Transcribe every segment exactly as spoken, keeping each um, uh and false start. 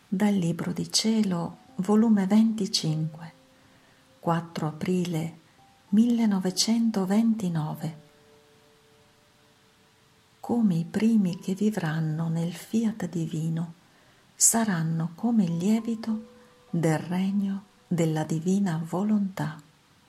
Dal Libro di Cielo, volume venticinque, quattro aprile millenovecentoventinove. Come i primi che vivranno nel fiat divino saranno come il lievito del regno della divina volontà.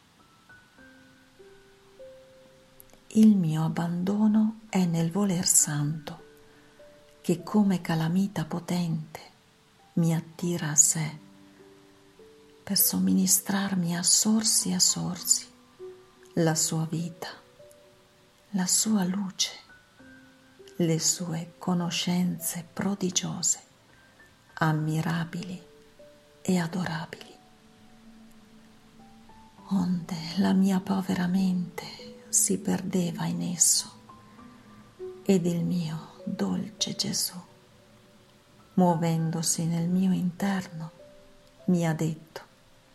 Il mio abbandono è nel voler santo, che come calamita potente mi attira a sé, per somministrarmi a sorsi e a sorsi la sua vita, la sua luce, le sue conoscenze prodigiose, ammirabili e adorabili. Onde la mia povera mente si perdeva in esso, ed il mio dolce Gesù, muovendosi nel mio interno, mi ha detto: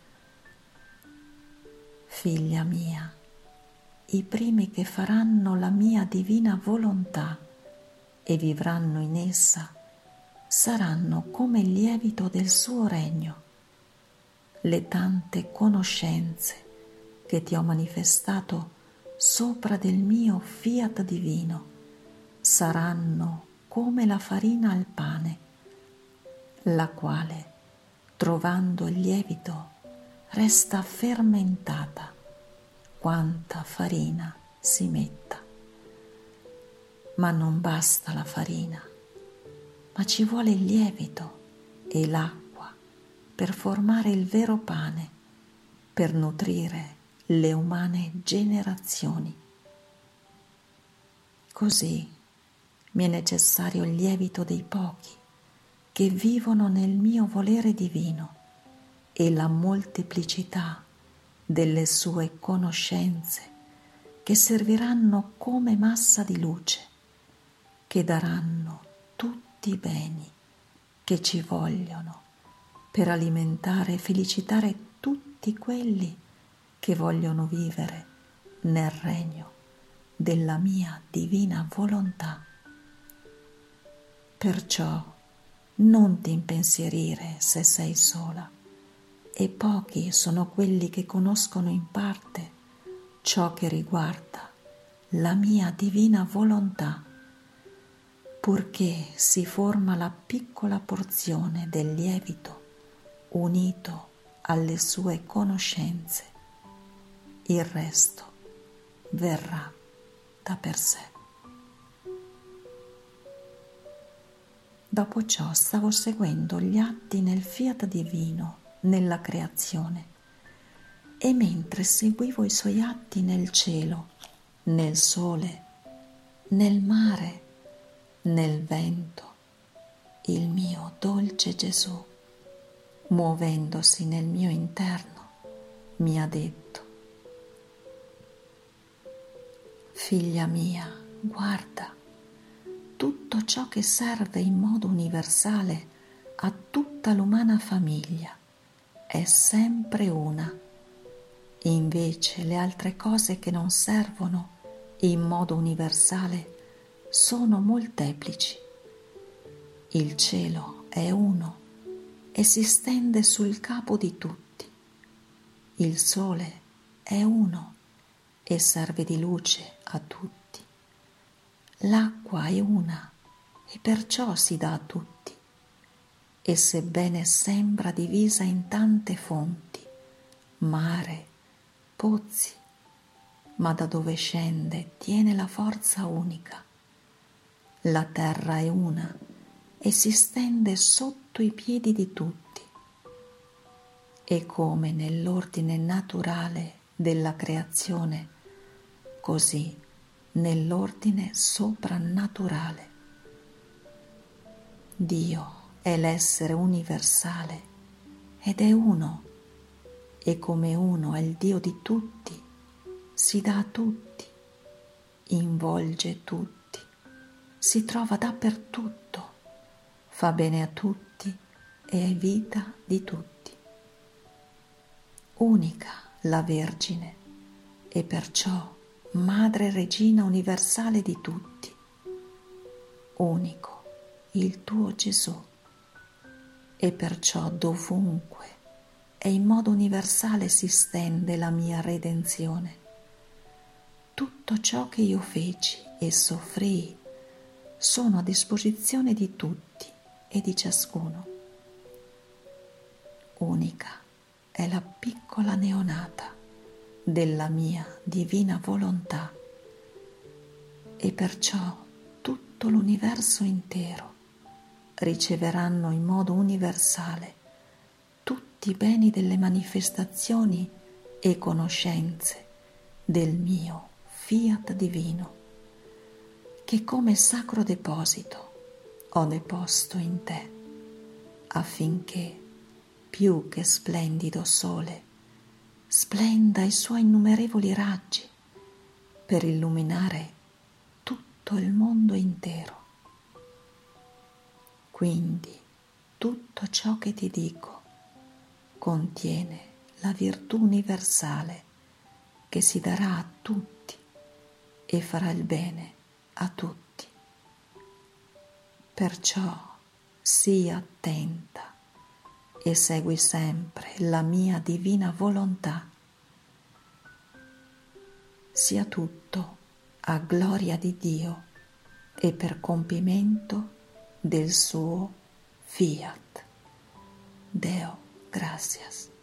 figlia mia, i primi che faranno la mia divina volontà e vivranno in essa saranno come il lievito del suo regno. Le tante conoscenze che ti ho manifestato sopra del mio fiat divino saranno come la farina al pane, la quale, trovando il lievito, resta fermentata quanta farina si metta. Ma non basta la farina, ma ci vuole il lievito e l'acqua per formare il vero pane, per nutrire le umane generazioni. Così mi è necessario il lievito dei pochi che vivono nel mio volere divino e la molteplicità delle sue conoscenze che serviranno come massa di luce, che daranno tutti i beni che ci vogliono per alimentare e felicitare tutti quelli che vogliono vivere nel regno della mia divina volontà. Perciò non ti impensierire se sei sola, e pochi sono quelli che conoscono in parte ciò che riguarda la mia divina volontà, purché si forma la piccola porzione del lievito unito alle sue conoscenze. Il resto verrà da per sé. Dopo ciò stavo seguendo gli atti nel fiat divino nella creazione, e mentre seguivo i suoi atti nel cielo, nel sole, nel mare, nel vento, il mio dolce Gesù, muovendosi nel mio interno, mi ha detto: figlia mia, guarda, tutto ciò che serve in modo universale a tutta l'umana famiglia è sempre una. Invece le altre cose che non servono in modo universale sono molteplici. Il cielo è uno e si stende sul capo di tutti. Il sole è uno e serve di luce a tutti. L'acqua è una e perciò si dà a tutti, e sebbene sembra divisa in tante fonti, mare, pozzi, ma da dove scende tiene la forza unica. La terra è una e si stende sotto i piedi di tutti, e come nell'ordine naturale della creazione, così nell'ordine soprannaturale. Dio è l'essere universale ed è uno, e come uno è il Dio di tutti, si dà a tutti, involge tutti, si trova dappertutto, fa bene a tutti e è vita di tutti. Unica la Vergine, e perciò Madre Regina universale di tutti. Unico il tuo Gesù, e perciò dovunque e in modo universale si stende la mia redenzione. Tutto ciò che io feci e soffrii sono a disposizione di tutti e di ciascuno. Unica è la piccola neonata della mia divina volontà e perciò tutto l'universo intero riceveranno in modo universale tutti i beni delle manifestazioni e conoscenze del mio fiat divino, che come sacro deposito ho deposto in te, affinché, più che splendido sole, splenda i suoi innumerevoli raggi per illuminare tutto il mondo intero. Quindi tutto ciò che ti dico contiene la virtù universale che si darà a tutti e farà il bene a tutti. Perciò sii attenta e segui sempre la mia divina volontà. Sia tutto a gloria di Dio e per compimento del suo fiat. Deo gracias.